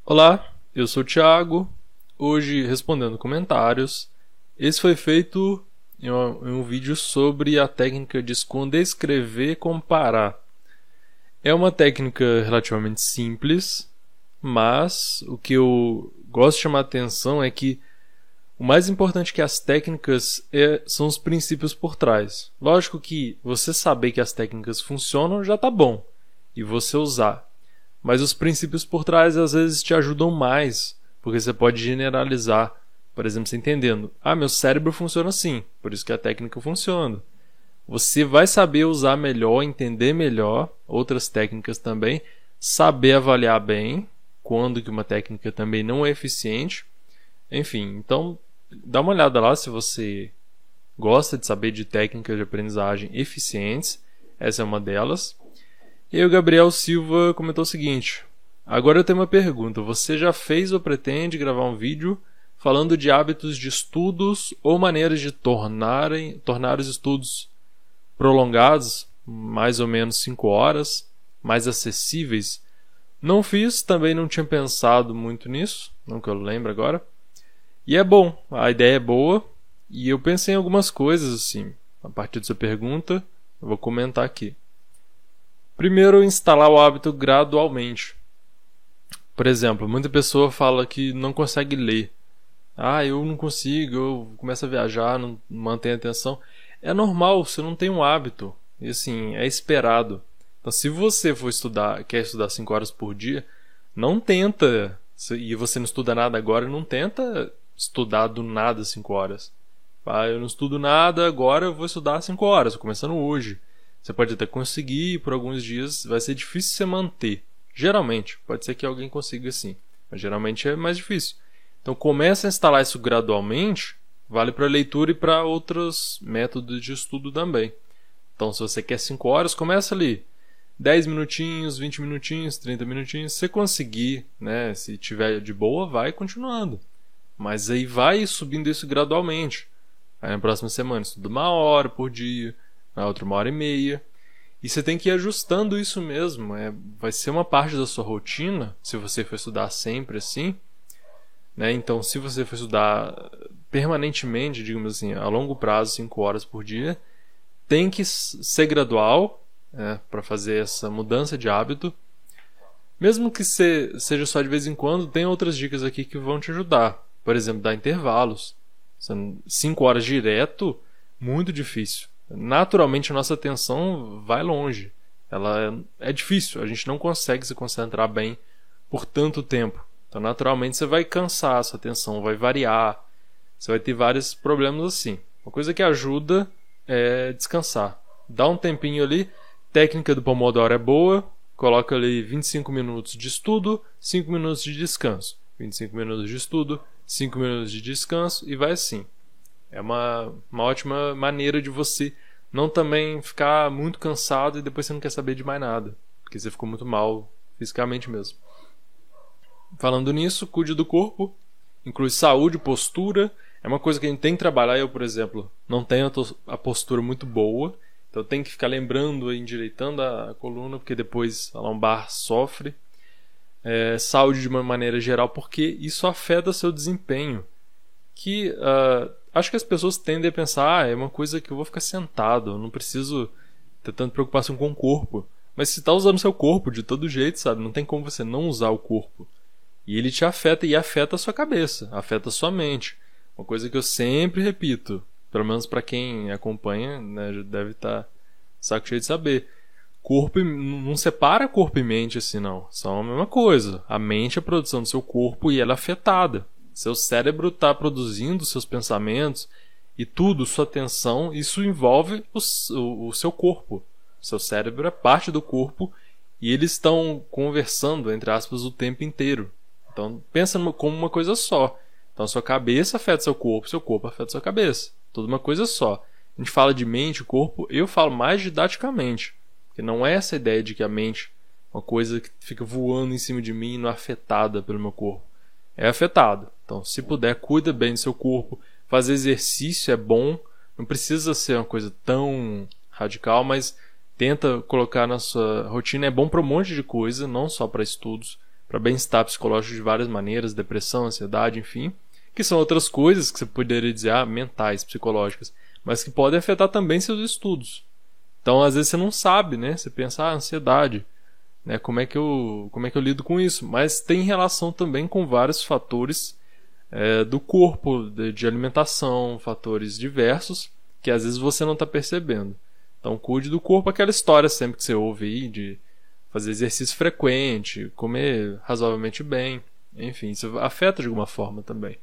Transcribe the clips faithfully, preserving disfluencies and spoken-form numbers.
Olá, eu sou o Thiago, hoje respondendo comentários. Esse foi feito em um, em um vídeo sobre a técnica de esconder, escrever e comparar. É uma técnica relativamente simples, mas o que eu gosto de chamar a atenção é que o mais importante que as técnicas é, são os princípios por trás. Lógico que você saber que as técnicas funcionam já está bom, e você usar. Mas os princípios por trás às vezes te ajudam mais, porque você pode generalizar. Por exemplo, você entendendo, ah, meu cérebro funciona assim, por isso que a técnica funciona. Você vai saber usar melhor, entender melhor outras técnicas também, saber avaliar bem quando que uma técnica também não é eficiente. Enfim, então dá uma olhada lá se você gosta de saber de técnicas de aprendizagem eficientes. Essa é uma delas. E o Gabriel Silva comentou o seguinte: agora eu tenho uma pergunta. Você já fez ou pretende gravar um vídeo falando de hábitos de estudos ou maneiras de tornarem, tornar os estudos prolongados, mais ou menos cinco horas, mais acessíveis? Não fiz, também não tinha pensado muito nisso, não que eu lembro agora. E é bom, a ideia é boa, e eu pensei em algumas coisas assim, a partir da sua pergunta, eu vou comentar aqui. Primeiro, instalar o hábito gradualmente. Por exemplo, muita pessoa fala que não consegue ler. Ah, eu não consigo, eu começo a viajar, não mantenho a atenção. É normal, você não tem um hábito. E assim, é esperado. Então, se você for estudar, quer estudar cinco horas por dia, não tenta, e você não estuda nada agora, não tenta estudar do nada cinco horas. Ah, eu não estudo nada, agora eu vou estudar cinco horas, começando hoje. Você pode até conseguir, por alguns dias vai ser difícil você manter. Geralmente, pode ser que alguém consiga sim, mas geralmente é mais difícil. Então comece a instalar isso gradualmente, vale para leitura e para outros métodos de estudo também. Então se você quer cinco horas, começa ali. dez minutinhos, vinte minutinhos, trinta minutinhos. Se você conseguir, né, se tiver de boa, vai continuando. Mas aí vai subindo isso gradualmente. Aí na próxima semana estuda uma hora por dia, na outra uma hora e meia. E você tem que ir ajustando isso mesmo. É, vai ser uma parte da sua rotina, se você for estudar sempre assim. Né? Então, se você for estudar permanentemente, digamos assim, a longo prazo, cinco horas por dia, tem que ser gradual, né, para fazer essa mudança de hábito. Mesmo que seja só de vez em quando, tem outras dicas aqui que vão te ajudar. Por exemplo, dar intervalos. cinco horas direto, muito difícil. Naturalmente a nossa atenção vai longe. Ela é, é difícil, a gente não consegue se concentrar bem por tanto tempo. Então naturalmente você vai cansar, a sua atenção vai variar, você vai ter vários problemas assim. Uma coisa que ajuda é descansar. Dá um tempinho ali, técnica do Pomodoro é boa, coloca ali vinte e cinco minutos de estudo, cinco minutos de descanso. vinte e cinco minutos de estudo, cinco minutos de descanso e vai assim. É uma, uma ótima maneira de você não também ficar muito cansado e depois você não quer saber de mais nada, porque você ficou muito mal fisicamente mesmo. Falando nisso, cuide do corpo, inclui saúde, postura. É uma coisa que a gente tem que trabalhar. Eu, por exemplo, não tenho a postura muito boa, então eu tenho que ficar lembrando e endireitando a coluna, porque depois a lombar sofre. É, saúde de uma maneira geral, porque isso afeta seu desempenho. Que uh, acho que as pessoas tendem a pensar, ah, é uma coisa que eu vou ficar sentado, eu não preciso ter tanta preocupação com o corpo. Mas você está usando seu corpo de todo jeito, sabe? Não tem como você não usar o corpo. E ele te afeta e afeta a sua cabeça, afeta a sua mente. Uma coisa que eu sempre repito, pelo menos para quem acompanha, né, já deve estar saco cheio de saber. Corpo e, não separa corpo e mente assim, não. São a mesma coisa. A mente é a produção do seu corpo e ela é afetada. Seu cérebro está produzindo seus pensamentos e tudo, sua atenção, isso envolve o, o, o seu corpo. Seu cérebro é parte do corpo e eles estão conversando, entre aspas, o tempo inteiro. Então, pensa como uma coisa só. Então, sua cabeça afeta seu corpo, seu corpo afeta sua cabeça. Tudo uma coisa só. A gente fala de mente, corpo, eu falo mais didaticamente. Porque não é essa ideia de que a mente é uma coisa que fica voando em cima de mim e não é afetada pelo meu corpo. É afetado. Então, se puder, cuida bem do seu corpo. Fazer exercício é bom. Não precisa ser uma coisa tão radical, mas tenta colocar na sua rotina. É bom para um monte de coisa, não só para estudos. para bem-estar psicológico de várias maneiras, depressão, ansiedade, enfim, que são outras coisas que você poderia dizer, ah, mentais, psicológicas, mas que podem afetar também seus estudos. Então, às vezes você não sabe, né? Você pensa, ah, ansiedade, né? Como é que eu, como é que eu lido com isso? Mas tem relação também com vários fatores é, do corpo, de, de alimentação, fatores diversos, que às vezes você não está percebendo. Então, cuide do corpo, aquela história sempre que você ouve aí de fazer exercício frequente, comer razoavelmente bem, enfim, isso afeta de alguma forma também.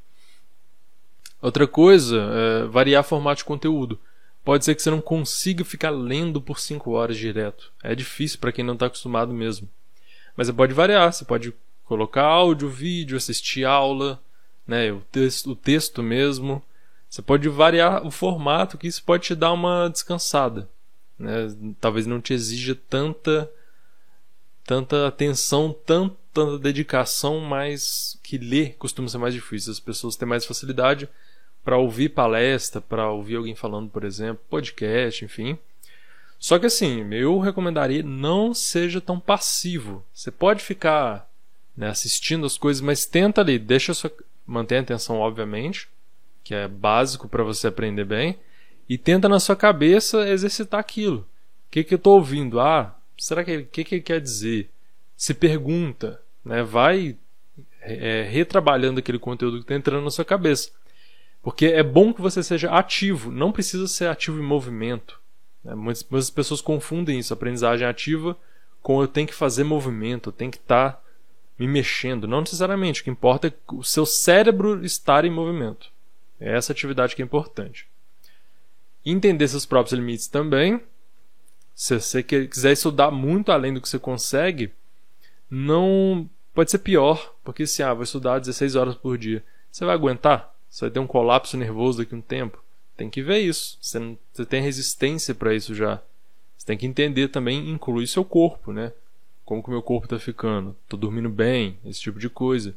Outra coisa é variar formato de conteúdo. Pode ser que você não consiga ficar lendo por cinco horas direto. É difícil para quem não está acostumado mesmo. Mas você pode variar, você pode colocar áudio, vídeo, assistir aula, né, o, texto, o texto mesmo. Você pode variar o formato, que isso pode te dar uma descansada, né? Talvez não te exija tanta, tanta atenção, tanta dedicação, mas que ler costuma ser mais difícil. As pessoas têm mais facilidade para ouvir palestra, para ouvir alguém falando, por exemplo, podcast, enfim. Só que assim, eu recomendaria não seja tão passivo. Você pode ficar, né, assistindo as coisas, mas tenta ali, deixa sua, manter a atenção, obviamente, que é básico para você aprender bem, e tenta na sua cabeça exercitar aquilo. O que, que eu estou ouvindo? Ah, será que que, que ele quer dizer? Se pergunta, né? Vai é, retrabalhando aquele conteúdo que está entrando na sua cabeça. Porque é bom que você seja ativo, não precisa ser ativo em movimento. Né? Muitas, muitas pessoas confundem isso, aprendizagem ativa, com eu tenho que fazer movimento, eu tenho que estar tá me mexendo. Não necessariamente, o que importa é o seu cérebro estar em movimento. É essa atividade que é importante. Entender seus próprios limites também. Se você quiser estudar muito além do que você consegue, não pode ser pior, porque se ah, vou estudar dezesseis horas por dia, você vai aguentar? Você vai ter um colapso nervoso daqui a um tempo? Tem que ver isso. Você, não, você tem resistência para isso já. Você tem que entender também, incluir seu corpo, né? Como que o meu corpo está ficando? Estou dormindo bem? Esse tipo de coisa.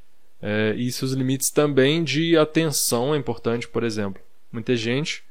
É, e seus limites também de atenção é importante, por exemplo. Muita gente...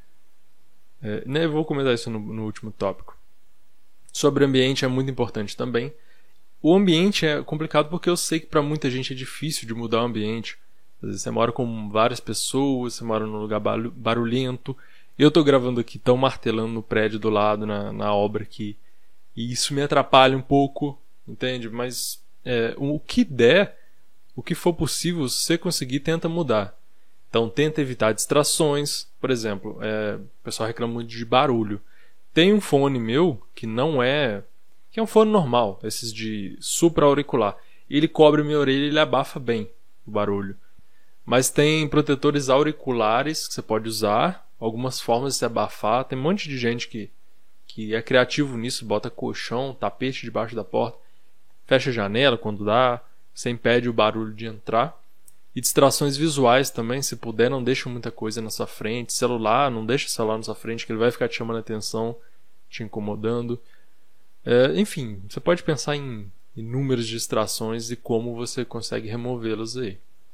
É, né, eu vou comentar isso no, no último tópico. Sobre ambiente é muito importante também. O ambiente é complicado porque eu sei que para muita gente é difícil de mudar o ambiente. Às vezes você mora com várias pessoas, você mora num lugar barulhento. Eu estou gravando aqui, estão martelando no prédio do lado, na, na obra aqui. E isso me atrapalha um pouco, entende? Mas é, o que der, o que for possível, se você conseguir, tenta mudar. Então tenta evitar distrações. Por exemplo, é, o pessoal reclama muito de barulho. Tem um fone meu que não é... que é um fone normal, esses de supra-auricular. Ele cobre minha orelha e ele abafa bem o barulho. Mas tem protetores auriculares que você pode usar, algumas formas de se abafar. Tem um monte de gente que, que é criativo nisso, bota colchão, tapete debaixo da porta, fecha a janela quando dá, você impede o barulho de entrar. E distrações visuais também, se puder, não deixa muita coisa na sua frente. Celular, não deixa o celular na sua frente, que ele vai ficar te chamando a atenção, te incomodando. É, enfim, você pode pensar em inúmeras distrações e como você consegue removê-las aí.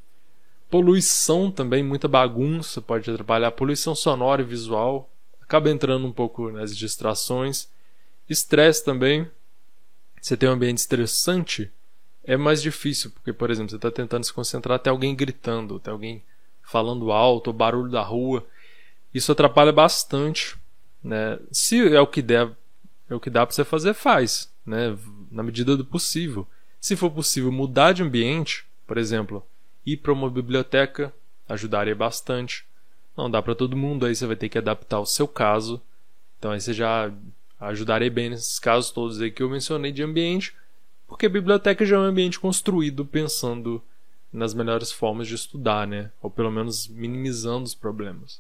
Poluição também, muita bagunça pode atrapalhar. Poluição sonora e visual acaba entrando um pouco nas distrações. Estresse também. Você tem um ambiente estressante, é mais difícil, porque, por exemplo, você está tentando se concentrar, tem alguém gritando, tem alguém falando alto, o barulho da rua. Isso atrapalha bastante, né? Se é o que der, é o que dá para você fazer, faz, né? Na medida do possível. Se for possível mudar de ambiente, por exemplo, ir para uma biblioteca, ajudaria bastante. Não dá para todo mundo, aí você vai ter que adaptar o seu caso. Então aí você já ajudaria bem nesses casos todos aí que eu mencionei de ambiente, porque a biblioteca já é um ambiente construído pensando nas melhores formas de estudar, né? Ou pelo menos minimizando os problemas.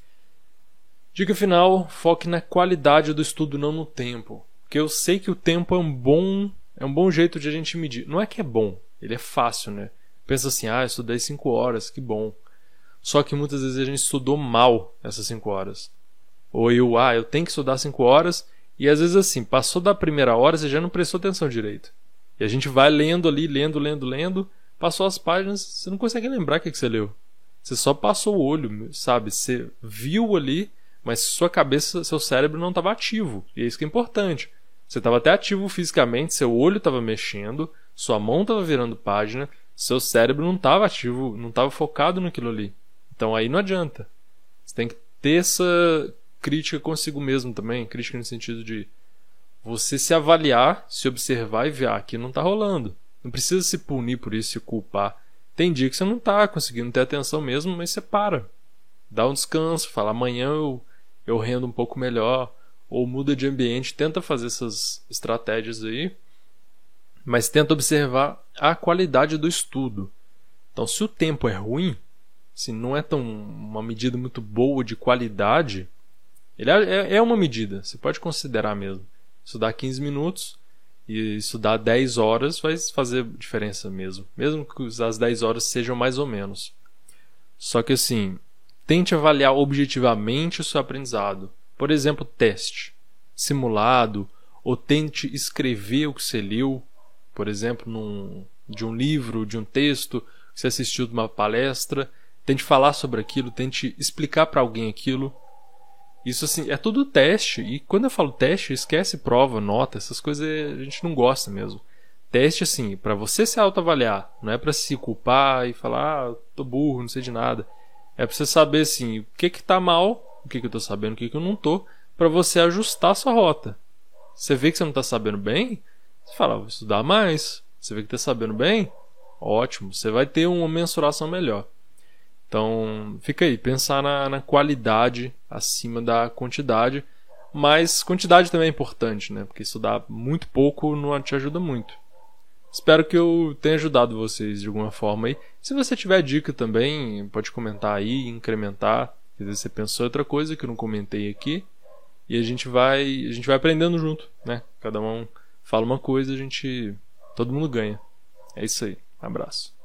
Dica final, foque na qualidade do estudo, não no tempo. Porque eu sei que o tempo é um bom, é um bom jeito de a gente medir. Não é que é bom, ele é fácil, né? Pensa assim, ah, eu estudei cinco horas, que bom. Só que muitas vezes a gente estudou mal essas cinco horas. Ou eu, ah, eu tenho que estudar cinco horas, e às vezes assim, passou da primeira hora, você já não prestou atenção direito. E a gente vai lendo ali, lendo, lendo, lendo, passou as páginas, você não consegue lembrar o que você leu. Você só passou o olho, sabe? Você viu ali, mas sua cabeça, seu cérebro não estava ativo. E é isso que é importante. Você estava até ativo fisicamente, seu olho estava mexendo, Sua mão estava virando página, seu cérebro não estava ativo, não estava focado naquilo ali. Então aí não adianta. Você tem que ter essa crítica consigo mesmo também, crítica no sentido de você se avaliar, se observar e ver, ah, aqui não está rolando. Não precisa se punir por isso, se culpar. Tem dia que você não está conseguindo ter atenção mesmo, mas você para. Dá um descanso, fala, amanhã eu, eu rendo um pouco melhor, ou muda de ambiente, tenta fazer essas estratégias aí, mas tenta observar a qualidade do estudo. Então, se o tempo é ruim, se não é tão uma medida muito boa de qualidade, ele é, é uma medida, você pode considerar mesmo. Estudar quinze minutos e estudar dez horas vai fazer diferença mesmo, mesmo que as dez horas sejam mais ou menos. Só que assim, tente avaliar objetivamente o seu aprendizado. Por exemplo, teste, simulado, ou tente escrever o que você leu, por exemplo, num, de um livro, de um texto que você assistiu de uma palestra. Tente falar sobre aquilo, tente explicar para alguém aquilo. Isso assim, é tudo teste. E quando eu falo teste, esquece prova, nota, essas coisas a gente não gosta mesmo. Teste assim, para você se autoavaliar, não é para se culpar e falar, ah, tô burro, não sei de nada. É para você saber assim, o que que tá mal, o que que eu tô sabendo, o que que eu não tô, para você ajustar a sua rota. Você vê que você não tá sabendo bem, você fala, vou estudar mais. Você vê que tá sabendo bem, ótimo, você vai ter uma mensuração melhor. Então, fica aí, pensar na, na qualidade acima da quantidade, mas quantidade também é importante, né? Porque estudar muito pouco não te ajuda muito. Espero que eu tenha ajudado vocês de alguma forma aí. Se você tiver dica também, pode comentar aí, incrementar. Às vezes você pensou em outra coisa que eu não comentei aqui. E a gente vai, a gente vai aprendendo junto, né? Cada um fala uma coisa, a gente, todo mundo ganha. É isso aí. Abraço.